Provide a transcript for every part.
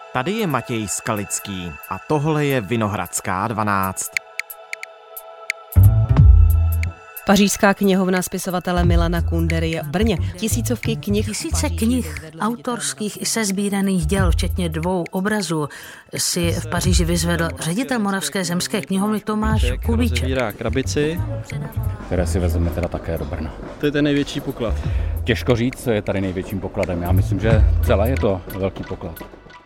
Tady je Matěj Skalický a tohle je Vinohradská 12. Pařížská knihovna spisovatele Milana Kundery je v Brně. Tisícovky knih. Tisíce knih, autorských i sesbíraných děl, včetně 2 obrazů, si v Paříži vyzvedl ředitel Moravské zemské knihovny Tomáš Kubíček. Rozevírá krabici, které si vezmeme teda také do Brna. To je ten největší poklad. Těžko říct, co je tady největším pokladem. Já myslím, že celé je to velký poklad.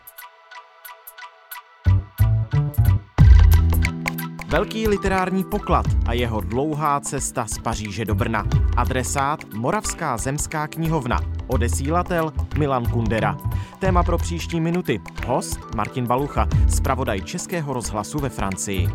Velký literární poklad a jeho dlouhá cesta z Paříže do Brna. Adresát Moravská zemská knihovna. Odesílatel Milan Kundera. Téma pro příští minuty. Host Martin Balucha, zpravodaj Českého rozhlasu ve Francii.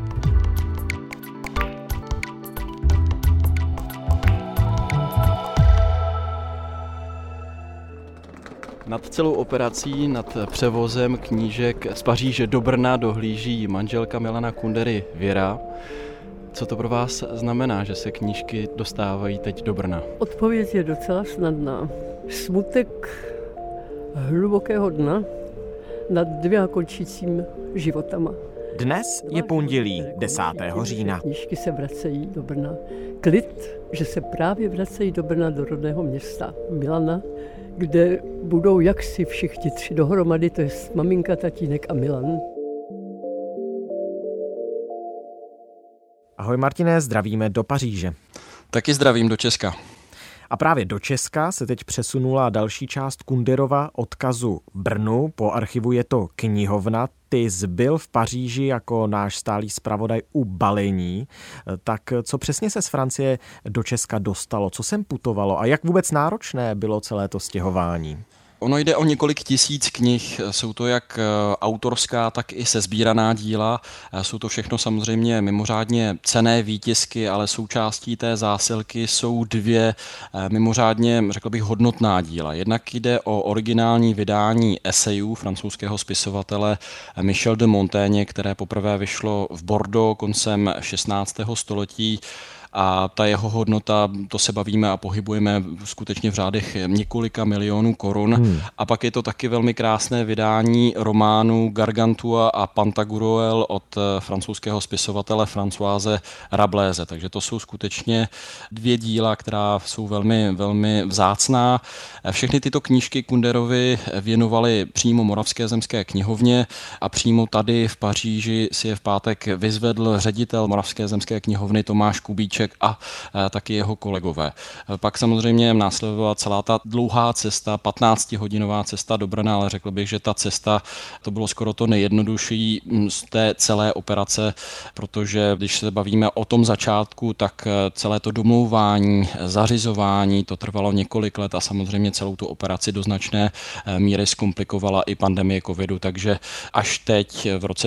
Nad celou operací, nad převozem knížek z Paříže do Brna dohlíží manželka Milana Kundery Věra. Co to pro vás znamená, že se knížky dostávají teď do Brna? Odpověď je docela snadná. Smutek hlubokého dna nad 2 končícím životama. Dnes je pondělí 10. října. Knížky se vracejí do Brna. Klid, že se právě vracejí do Brna, do rodného města Milana, kde budou jaksi všichni 3 dohromady, to je maminka, tatínek a Milan. Ahoj Martine, zdravíme do Paříže. Taky zdravím do Česka. A právě do Česka se teď přesunula další část Kunderova odkazu v Brnu. Po archivu je to knihovna. Ty zbyl v Paříži jako náš stálý zpravodaj u balení. Tak co přesně se z Francie do Česka dostalo? Co sem putovalo? A jak vůbec náročné bylo celé to stěhování? Ono jde o několik tisíc knih, jsou to jak autorská, tak i sesbíraná díla. Jsou to všechno samozřejmě mimořádně cenné výtisky, ale součástí té zásilky jsou 2 mimořádně, řekl bych, hodnotná díla. Jednak jde o originální vydání esejů francouzského spisovatele Michel de Montaigne, které poprvé vyšlo v Bordeaux koncem 16. století. A ta jeho hodnota, to se bavíme a pohybujeme skutečně v řádech několika milionů korun. A pak je to taky velmi krásné vydání románu Gargantua a Pantagruel od francouzského spisovatele Françoise Rabelaise. Takže to jsou skutečně 2 díla, která jsou velmi, velmi vzácná. Všechny tyto knížky Kunderovi věnovali přímo Moravské zemské knihovně a přímo tady v Paříži si je v pátek vyzvedl ředitel Moravské zemské knihovny Tomáš Kubíček a taky jeho kolegové. Pak samozřejmě následovala celá ta dlouhá cesta, 15hodinová cesta do Brna, ale řekl bych, že ta cesta, to bylo skoro to nejjednodušší z té celé operace, protože když se bavíme o tom začátku, tak celé to domlouvání, zařizování, to trvalo několik let a samozřejmě celou tu operaci do značné míry zkomplikovala i pandemie covidu, takže až teď v roce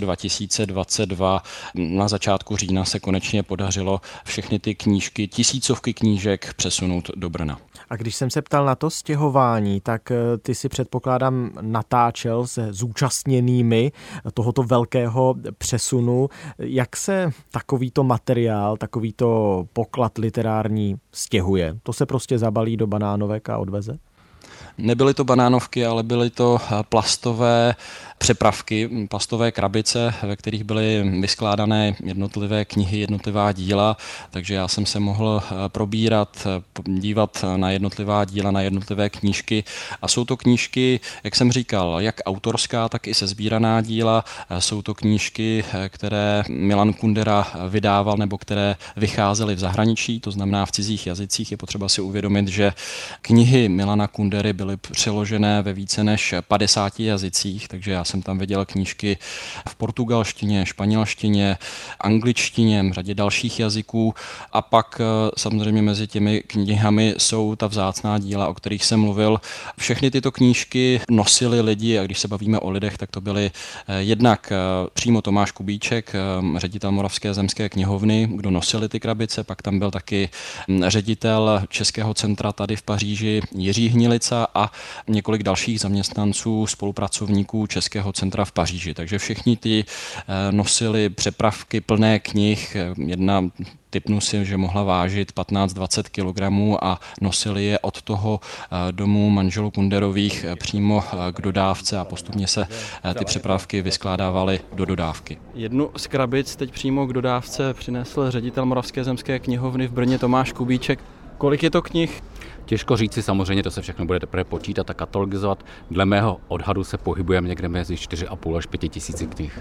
2022 na začátku října se konečně podařilo všechny ty knížky, tisícovky knížek přesunout do Brna. A když jsem se ptal na to stěhování, tak ty si předpokládám natáčel se zúčastněnými tohoto velkého přesunu. Jak se takovýto materiál, takovýto poklad literární stěhuje? To se prostě zabalí do banánovek a odveze? Nebyly to banánovky, ale byly to plastové přepravky, plastové krabice, ve kterých byly vyskládané jednotlivé knihy, jednotlivá díla, takže já jsem se mohl probírat, dívat na jednotlivá díla, na jednotlivé knížky a jsou to knížky, jak jsem říkal, jak autorská, tak i sesbíraná díla. Jsou to knížky, které Milan Kundera vydával nebo které vycházely v zahraničí, to znamená v cizích jazycích. Je potřeba si uvědomit, že knihy Milana Kundery byly přeložené ve více než 50 jazycích, takže já jsem tam viděl knížky v portugalštině, španělštině, angličtině, řadě dalších jazyků a pak samozřejmě mezi těmi knihami jsou ta vzácná díla, o kterých jsem mluvil. Všechny tyto knížky nosili lidi a když se bavíme o lidech, tak to byly jednak přímo Tomáš Kubíček, ředitel Moravské zemské knihovny, kdo nosili ty krabice, pak tam byl taky ředitel Českého centra tady v Paříži Jiří Hnilica a několik dalších zaměstnanců, spolupracovníků Českého Knihovnického centra v Paříži. Takže všichni ti nosili přepravky plné knih. Jedna tipnu si, že mohla vážit 15-20 kg a nosili je od toho domu manželů Kunderových přímo k dodávce a postupně se ty přepravky vyskládávaly do dodávky. Jednu z krabic teď přímo k dodávce přinesl ředitel Moravské zemské knihovny v Brně Tomáš Kubíček. Kolik je to knih? Těžko říci, samozřejmě to se všechno bude teprve počítat a katalogizovat. Dle mého odhadu se pohybujeme někde mezi 4,5 až 5 tisíci knih.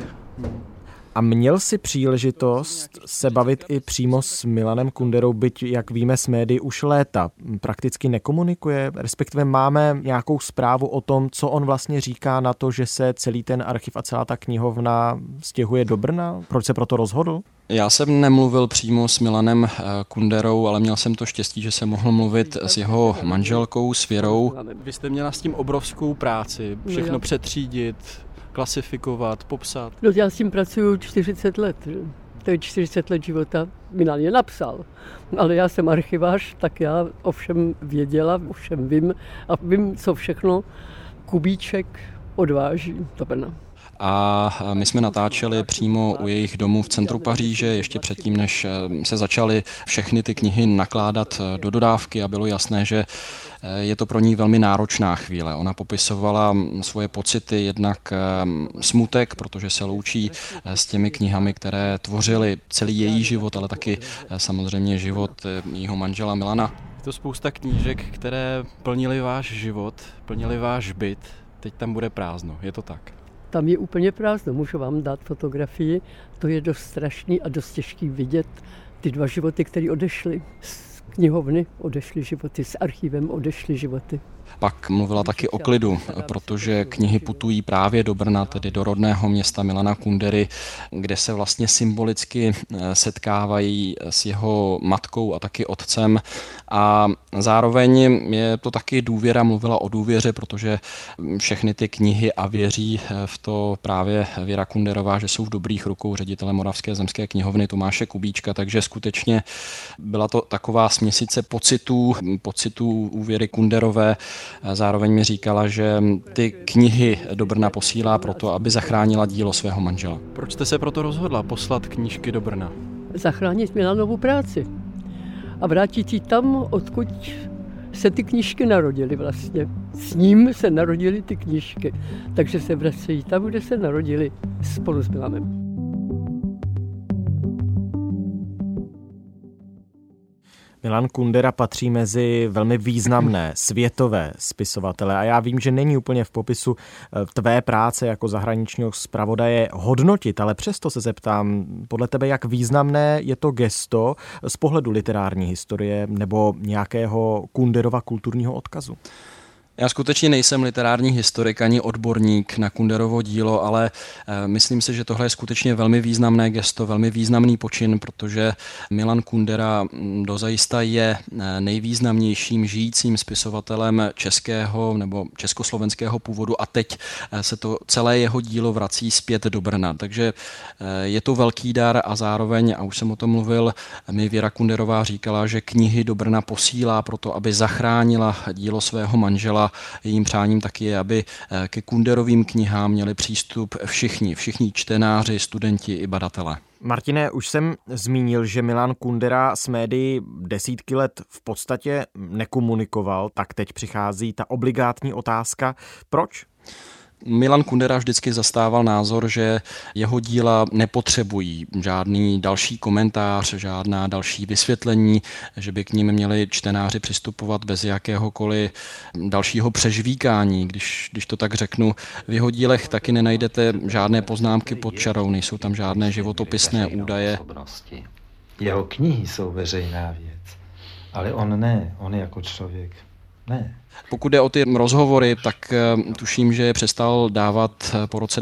A měl si příležitost se bavit i přímo s Milanem Kunderou, byť, jak víme z médií, už léta prakticky nekomunikuje, respektive máme nějakou zprávu o tom, co on vlastně říká na to, že se celý ten archiv a celá ta knihovna stěhuje do Brna? Proč se proto rozhodl? Já jsem nemluvil přímo s Milanem Kunderou, ale měl jsem to štěstí, že jsem mohl mluvit s jeho manželkou, s Věrou. Vy jste měla s tím obrovskou práci, všechno přetřídit, klasifikovat, popsat. No, já s tím pracuju 40 let. To je 40 let života. Milan je napsal, ale já jsem archivář, tak já o všem věděla, o všem vím a vím, co všechno Kubíček odváží do Brna. A my jsme natáčeli přímo u jejich domu v centru Paříže, ještě předtím, než se začaly všechny ty knihy nakládat do dodávky a bylo jasné, že je to pro ní velmi náročná chvíle. Ona popisovala svoje pocity, jednak smutek, protože se loučí s těmi knihami, které tvořily celý její život, ale taky samozřejmě život jejího manžela Milana. Je to spousta knížek, které plnily váš život, plnily váš byt, teď tam bude prázdno, je to tak? Tam je úplně prázdno, můžu vám dát fotografii, to je dost strašný a dost těžký vidět ty dva životy, které odešly. Z knihovny odešly životy, s archivem odešly životy. Pak mluvila taky o klidu, protože knihy putují právě do Brna, tedy do rodného města Milana Kundery, kde se vlastně symbolicky setkávají s jeho matkou a taky otcem. A zároveň je to taky důvěra, mluvila o důvěře, protože všechny ty knihy a věří v to právě Věra Kunderová, že jsou v dobrých rukou ředitele Moravské zemské knihovny Tomáše Kubíčka, takže skutečně byla to taková směsice pocitů u Věry Kunderové. Zároveň mi říkala, že ty knihy do Brna posílá proto, aby zachránila dílo svého manžela. Proč jste se proto rozhodla poslat knížky do Brna? Zachránit Milanovu práci a vrátit ji tam, odkud se ty knížky narodily vlastně. S ním se narodily ty knížky, takže se vracejí tam, kde se narodily spolu s Milanem. Milan Kundera patří mezi velmi významné světové spisovatele a já vím, že není úplně v popisu tvé práce jako zahraničního zpravodaje hodnotit, ale přesto se zeptám, podle tebe, jak významné je to gesto z pohledu literární historie nebo nějakého Kunderova kulturního odkazu? Já skutečně nejsem literární historik ani odborník na Kunderovo dílo, ale myslím si, že tohle je skutečně velmi významné gesto, velmi významný počin, protože Milan Kundera dozajista je nejvýznamnějším žijícím spisovatelem českého nebo československého původu a teď se to celé jeho dílo vrací zpět do Brna. Takže je to velký dar a zároveň, a už jsem o tom mluvil, mi Věra Kunderová říkala, že knihy do Brna posílá proto, aby zachránila dílo svého manžela. Jejím přáním taky je, aby ke Kunderovým knihám měli přístup všichni čtenáři, studenti i badatelé. Martine, už jsem zmínil, že Milan Kundera s médií desítky let v podstatě nekomunikoval, tak teď přichází ta obligátní otázka. Proč? Milan Kundera vždycky zastával názor, že jeho díla nepotřebují žádný další komentář, žádná další vysvětlení, že by k nim měli čtenáři přistupovat bez jakéhokoliv dalšího přežvíkání. Když to tak řeknu, v jeho dílech taky nenajdete žádné poznámky pod čarou, nejsou tam žádné životopisné údaje. Jeho knihy jsou veřejná věc, ale on ne, on jako člověk ne. Pokud jde o ty rozhovory, tak tuším, že je přestal dávat po roce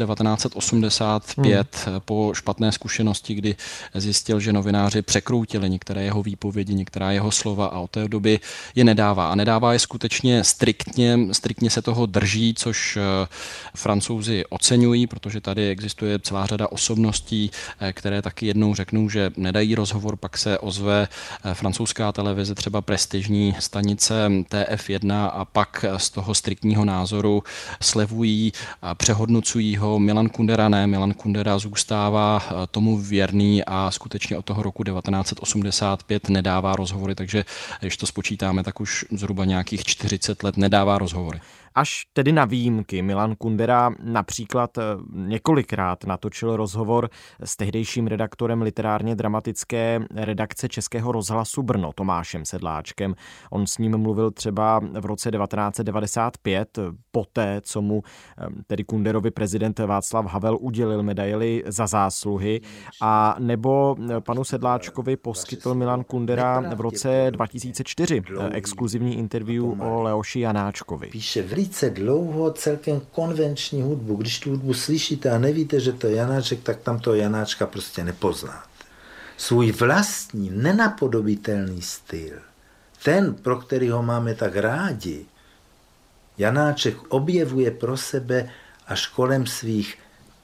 1985 po špatné zkušenosti, kdy zjistil, že novináři překroutili některé jeho výpovědi, některá jeho slova a od té doby je nedává. A nedává je skutečně striktně se toho drží, což Francouzi oceňují, protože tady existuje celá řada osobností, které taky jednou řeknou, že nedají rozhovor, pak se ozve francouzská televize, třeba prestižní stanice TF1 a pak z toho striktního názoru slevují a přehodnocují ho. Milan Kundera ne, Milan Kundera zůstává tomu věrný a skutečně od toho roku 1985 nedává rozhovory, takže když to spočítáme, tak už zhruba nějakých 40 let nedává rozhovory. Až tedy na výjimky Milan Kundera například několikrát natočil rozhovor s tehdejším redaktorem literárně dramatické redakce Českého rozhlasu Brno Tomášem Sedláčkem. On s ním mluvil třeba v roce 1995, poté, co mu tedy Kunderovi prezident Václav Havel udělil medaili za zásluhy, a nebo panu Sedláčkovi poskytl Milan Kundera v roce 2004 exkluzivní interview o Leoši Janáčkovi. Píše velice dlouho celkem konvenční hudbu. Když tu hudbu slyšíte a nevíte, že to je Janáček, tak tam toho Janáčka prostě nepoznáte. Svůj vlastní, nenapodobitelný styl, ten, pro který ho máme tak rádi, Janáček objevuje pro sebe až kolem svých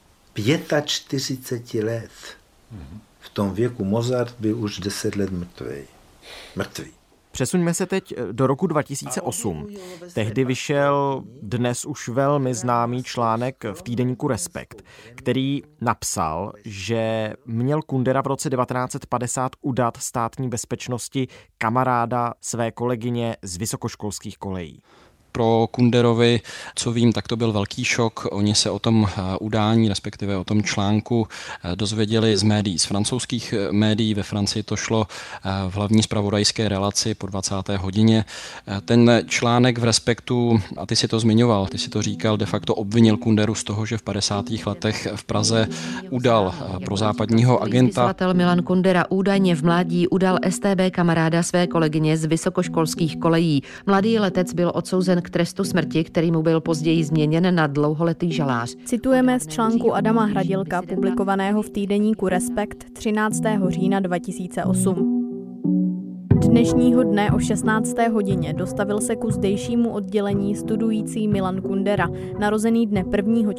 45 let. V tom věku Mozart byl už 10 let mrtvý. Přesuňme se teď do roku 2008. Tehdy vyšel dnes už velmi známý článek v týdeníku Respekt, který napsal, že měl Kundera v roce 1950 udat Státní bezpečnosti kamaráda své kolegyně z vysokoškolských kolejí. Pro Kunderovi, co vím, tak to byl velký šok. Oni se o tom udání, respektive o tom článku dozvěděli z médií, z francouzských médií. Ve Francii to šlo v hlavní zpravodajské relaci po 20. hodině. Ten článek v Respektu, a ty si to zmiňoval, ty si to říkal, de facto obvinil Kunderu z toho, že v 50. letech v Praze udal pro západního agenta. Spisovatel Milan Kundera údajně v mládí udal StB kamaráda své kolegyně z vysokoškolských kolejí. Mladý letec byl odsouzen k trestu smrti, který mu byl později změněn na dlouholetý žalář. Citujeme z článku Adama Hradilka, publikovaného v týdeníku Respekt 13. října 2008. Dnešního dne o 16. hodině dostavil se ku zdejšímu oddělení studující Milan Kundera, narozený dne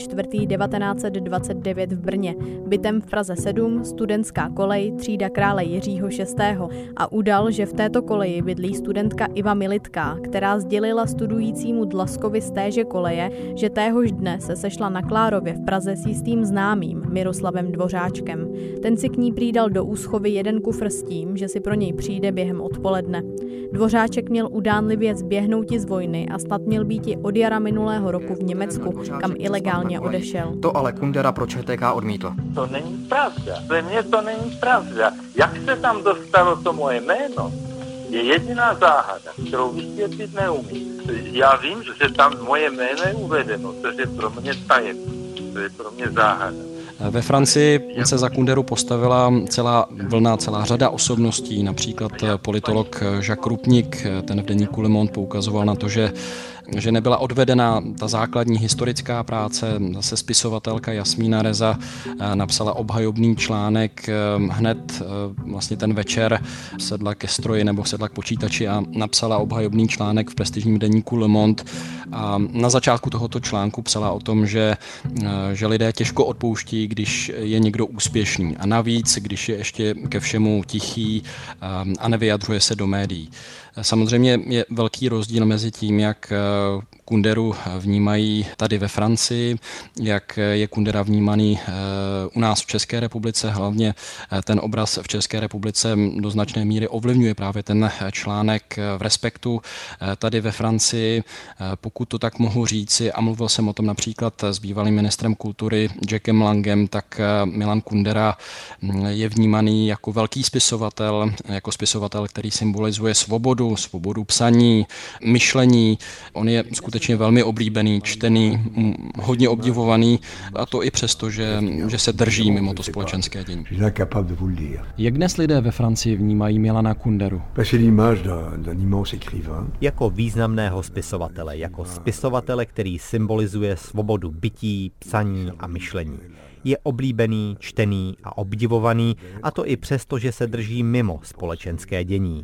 1.4.1929 v Brně, bytem v Praze 7, studentská kolej, třída krále Jiřího VI. A udal, že v této koleji bydlí studentka Iva Militká, která sdělila studujícímu Dlaskovi z téže koleje, že téhož dne se sešla na Klárově v Praze s jistým známým Miroslavem Dvořáčkem. Ten si k ní přidal do úschovy jeden kufr s tím, že si pro něj přijde během odpoledne. Dvořáček měl udánlivě zběhnouti z vojny a snad měl býti od jara minulého roku v Německu, kam ilegálně odešel. To ale Kundera pro ČTK odmítl. To není pravda. Pre mě to není pravda. Jak se tam dostalo to moje jméno, je jediná záhada, kterou vysvětlit neumím. Já vím, že tam moje jméno je uvedeno, což je pro mě tajemné, to je pro mě záhada. Ve Francii se za Kunderu postavila celá řada osobností, například politolog Jacques Rupnik, ten v deníku Le Monde poukazoval na to, že nebyla odvedena ta základní historická práce. Zase spisovatelka Jasmína Reza napsala obhajobný článek hned vlastně ten večer, sedla ke stroji nebo sedla k počítači a napsala obhajobný článek v prestižním deníku Le Monde. A na začátku tohoto článku psala o tom, že lidé těžko odpouští, když je někdo úspěšný. A navíc, když je ještě ke všemu tichý a nevyjadřuje se do médií. Samozřejmě je velký rozdíl mezi tím, jak Kunderu vnímají tady ve Francii, jak je Kundera vnímaný u nás v České republice. Hlavně ten obraz v České republice do značné míry ovlivňuje právě ten článek v Respektu. Tady ve Francii, pokud to tak mohu říci, a mluvil jsem o tom například s bývalým ministrem kultury Jackem Langem, tak Milan Kundera je vnímaný jako velký spisovatel, jako spisovatel, který symbolizuje svobodu psaní, myšlení. On je skutečně velmi oblíbený, čtený, hodně obdivovaný, a to i přesto, že se drží mimo to společenské dění. Jak dnes lidé ve Francii vnímají Milana Kunderu? Jako významného spisovatele, jako spisovatele, který symbolizuje svobodu bytí, psaní a myšlení. Je oblíbený, čtený a obdivovaný, a to i přesto, že se drží mimo společenské dění.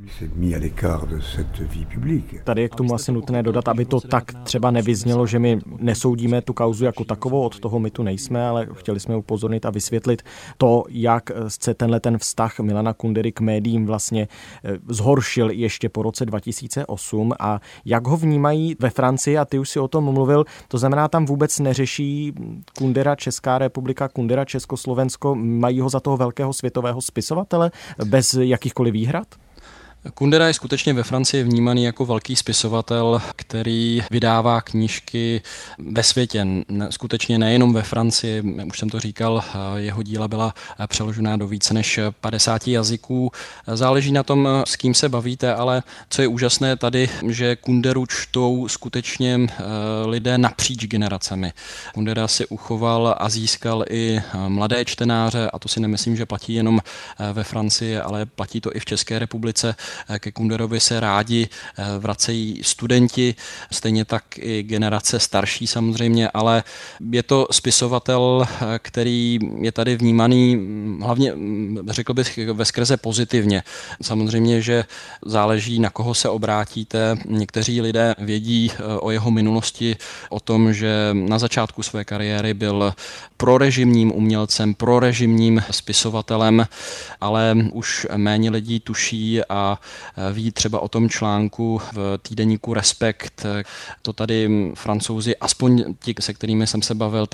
Tady je k tomu asi nutné dodat, aby to tak třeba nevyznělo, že my nesoudíme tu kauzu jako takovou, od toho my tu nejsme, ale chtěli jsme upozornit a vysvětlit to, jak se ten vztah Milana Kundery k médiím vlastně zhoršil ještě po roce 2008 a jak ho vnímají ve Francii, a ty už si o tom mluvil, to znamená, tam vůbec neřeší Kundera Česká republika, Kundera Československo, mají ho za toho velkého světového spisovatele bez jakýchkoliv výhrad? Kundera je skutečně ve Francii vnímaný jako velký spisovatel, který vydává knížky ve světě. Skutečně nejenom ve Francii, už jsem to říkal, jeho díla byla přeložená do více než 50 jazyků. Záleží na tom, s kým se bavíte, ale co je úžasné tady, že Kunderu čtou skutečně lidé napříč generacemi. Kundera si uchoval a získal i mladé čtenáře, a to si nemyslím, že platí jenom ve Francii, ale platí to i v České republice. Ke Kunderovi se rádi vracejí studenti, stejně tak i generace starší samozřejmě, ale je to spisovatel, který je tady vnímaný hlavně, řekl bych, veskrze pozitivně. Samozřejmě, že záleží, na koho se obrátíte. Někteří lidé vědí o jeho minulosti, o tom, že na začátku své kariéry byl prorežimním umělcem, prorežimním spisovatelem, ale už méně lidí tuší a ví třeba o tom článku v týdeníku Respekt. To tady Francouzi, aspoň ti, se kterými jsem se bavil,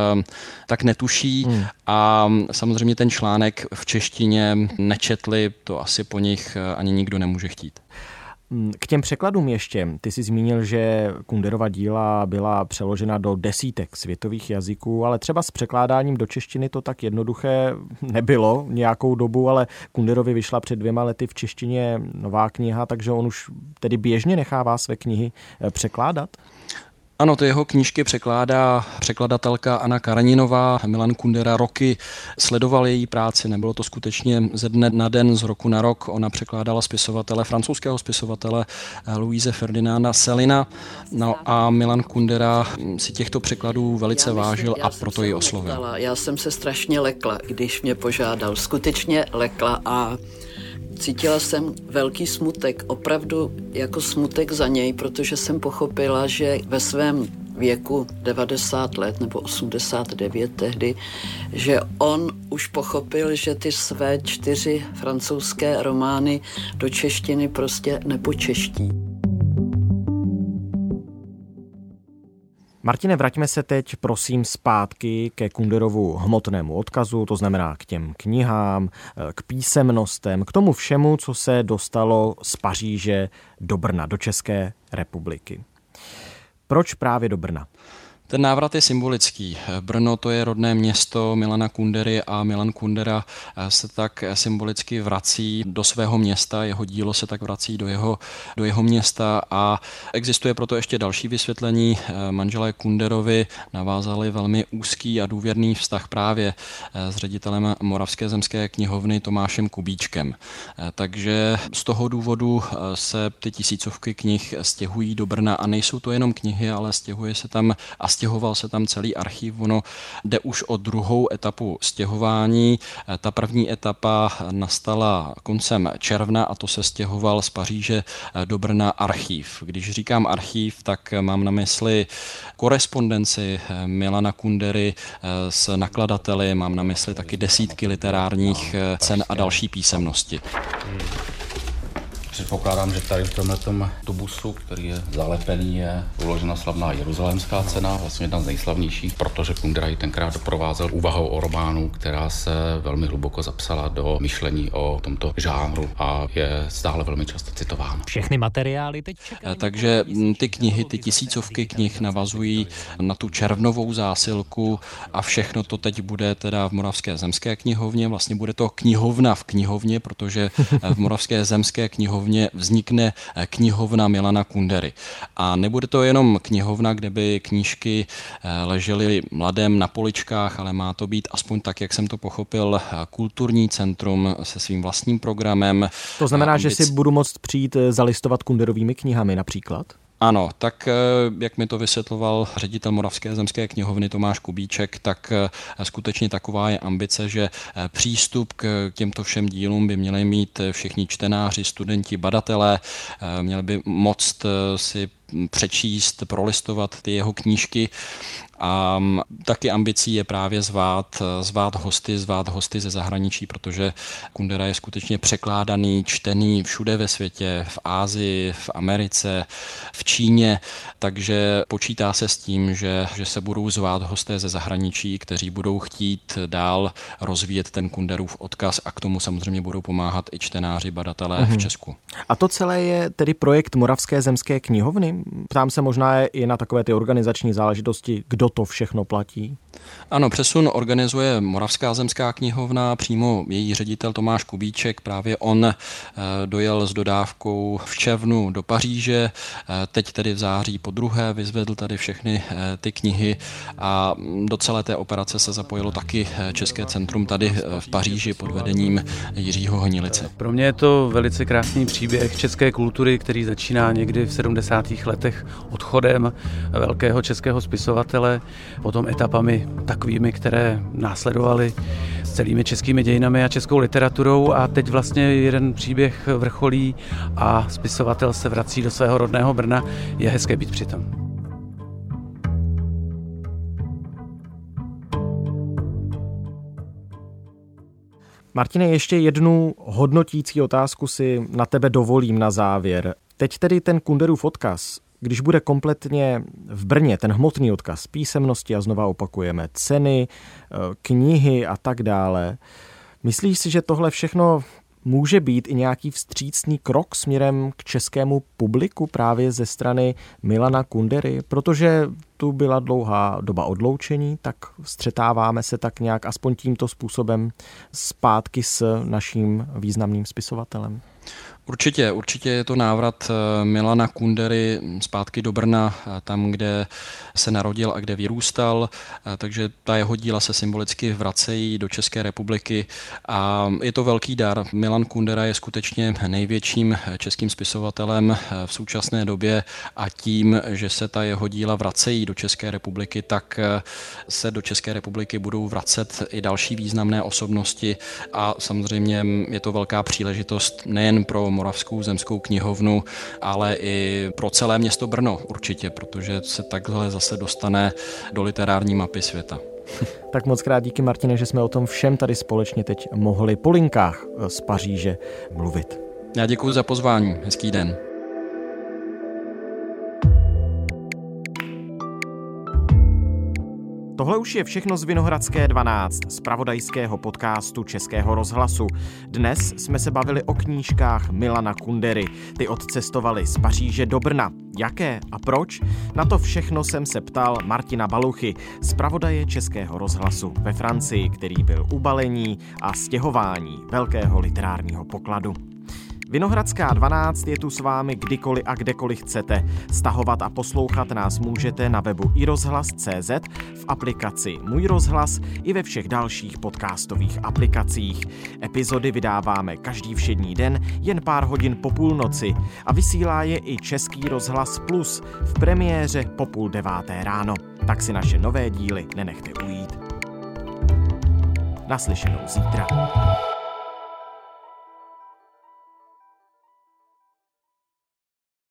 tak netuší. A samozřejmě ten článek v češtině nečetli, to asi po nich ani nikdo nemůže chtít. K těm překladům ještě. Ty jsi zmínil, že Kunderova díla byla přeložena do desítek světových jazyků, ale třeba s překládáním do češtiny to tak jednoduché nebylo nějakou dobu, ale Kunderovi vyšla před 2 lety v češtině nová kniha, takže on už tedy běžně nechává své knihy překládat? Ano, ty jeho knížky překládá překladatelka Anna Karaninová. Milan Kundera roky sledoval její práci, nebylo to skutečně ze dne na den, z roku na rok. Ona překládala francouzského spisovatele Louise Ferdinanda Céline. No a Milan Kundera si těchto překladů velice vážil a proto ji oslovil. Já jsem se strašně lekla, když mě požádal. Skutečně lekla a cítila jsem velký smutek, opravdu jako smutek za něj, protože jsem pochopila, že ve svém věku 90 let nebo 89 tehdy, že on už pochopil, že ty své 4 francouzské romány do češtiny prostě nepočeští. Martine, vraťme se teď prosím zpátky ke Kunderovu hmotnému odkazu, to znamená k těm knihám, k písemnostem, k tomu všemu, co se dostalo z Paříže do Brna, do České republiky. Proč právě do Brna? Ten návrat je symbolický. Brno, to je rodné město Milana Kundery a Milan Kundera se tak symbolicky vrací do svého města, jeho dílo se tak vrací do jeho města a existuje proto ještě další vysvětlení. Manželé Kunderovi navázali velmi úzký a důvěrný vztah právě s ředitelem Moravské zemské knihovny Tomášem Kubíčkem. Takže z toho důvodu se ty tisícovky knih stěhují do Brna a nejsou to jenom knihy, ale stěhoval se tam celý archiv. Ono jde už o druhou etapu stěhování. Ta první etapa nastala koncem června a to se stěhoval z Paříže do Brna archiv. Když říkám archiv, tak mám na mysli korespondenci Milana Kundery s nakladateli, mám na mysli taky desítky literárních cen a další písemnosti. Předpokládám, že tady v tomhletom tubusu, který je zalepený, je uložena slavná jeruzalémská cena, vlastně jedna z nejslavnějších, protože Kundera ji tenkrát doprovázel úvahou o románu, která se velmi hluboko zapsala do myšlení o tomto žánru a je stále velmi často citována. Všechny materiály teď čekají. Takže ty knihy, ty tisícovky knih navazují na tu červnovou zásilku a všechno to teď bude teda v Moravské zemské knihovně. Vlastně bude to knihovna v knihovně, protože v Moravské zemské knihovně vznikne knihovna Milana Kundery. A nebude to jenom knihovna, kde by knížky ležely mladém na poličkách, ale má to být aspoň tak, jak jsem to pochopil, kulturní centrum se svým vlastním programem. To znamená, že si budu moct přijít zalistovat Kunderovými knihami například? Ano, tak jak mi to vysvětloval ředitel Moravské zemské knihovny Tomáš Kubíček, tak skutečně taková je ambice, že přístup k těmto všem dílům by měli mít všichni čtenáři, studenti, badatelé, měli by moct si přečíst, prolistovat ty jeho knížky. A taky ambicí je právě zvát hosty ze zahraničí, protože Kundera je skutečně překládaný, čtený všude ve světě, v Asii, v Americe, v Číně, takže počítá se s tím, že se budou zvát hosté ze zahraničí, kteří budou chtít dál rozvíjet ten Kunderův odkaz a k tomu samozřejmě budou pomáhat i čtenáři, badatelé v Česku. A to celé je tedy projekt Moravské zemské knihovny? Ptám se možná i na takové ty organizační záležitosti, kdo to všechno platí? Ano, přesun organizuje Moravská zemská knihovna, přímo její ředitel Tomáš Kubíček, právě on dojel s dodávkou v červnu do Paříže, teď tedy v září podruhé vyzvedl tady všechny ty knihy a do celé té operace se zapojilo taky České centrum tady v Paříži pod vedením Jiřího Hnilice. Pro mě je to velice krásný příběh české kultury, který začíná někdy v 70. letech odchodem velkého českého spisovatele, potom etapami takovými, které následovaly s celými českými dějinami a českou literaturou a teď vlastně jeden příběh vrcholí a spisovatel se vrací do svého rodného Brna. Je hezké být přitom. Martine, ještě jednu hodnotící otázku si na tebe dovolím na závěr. Teď tedy ten Kunderův odkaz, když bude kompletně v Brně, ten hmotný odkaz, písemnosti a znova opakujeme, ceny, knihy a tak dále, myslíš si, že tohle všechno může být i nějaký vstřícný krok směrem k českému publiku právě ze strany Milana Kundery? Protože tu byla dlouhá doba odloučení, tak střetáváme se tak nějak aspoň tímto způsobem zpátky s naším významným spisovatelem. Určitě je to návrat Milana Kundery zpátky do Brna, tam, kde se narodil a kde vyrůstal, takže ta jeho díla se symbolicky vracejí do České republiky a je to velký dar. Milan Kundera je skutečně největším českým spisovatelem v současné době a tím, že se ta jeho díla vracejí do České republiky, tak se do České republiky budou vracet i další významné osobnosti a samozřejmě je to velká příležitost nejen pro Moravskou zemskou knihovnu, ale i pro celé město Brno určitě, protože se takhle zase dostane do literární mapy světa. Tak moc krát díky, Martine, že jsme o tom všem tady společně teď mohli po linkách z Paříže mluvit. Já děkuji za pozvání. Hezký den. Tohle už je všechno z Vinohradské 12, zpravodajského podcastu Českého rozhlasu. Dnes jsme se bavili o knížkách Milana Kundery. Ty odcestovali z Paříže do Brna. Jaké a proč? Na to všechno jsem se ptal Martina Baluchy, zpravodaje Českého rozhlasu ve Francii, který byl u balení a stěhování velkého literárního pokladu. Vinohradská 12 je tu s vámi kdykoliv a kdekoliv chcete. Stahovat a poslouchat nás můžete na webu iRozhlas.cz, v aplikaci Můj rozhlas i ve všech dalších podcastových aplikacích. Epizody vydáváme každý všední den, jen pár hodin po půlnoci a vysílá je i Český rozhlas Plus v premiéře po 8:30 ráno. Tak si naše nové díly nenechte ujít. Naslyšenou zítra.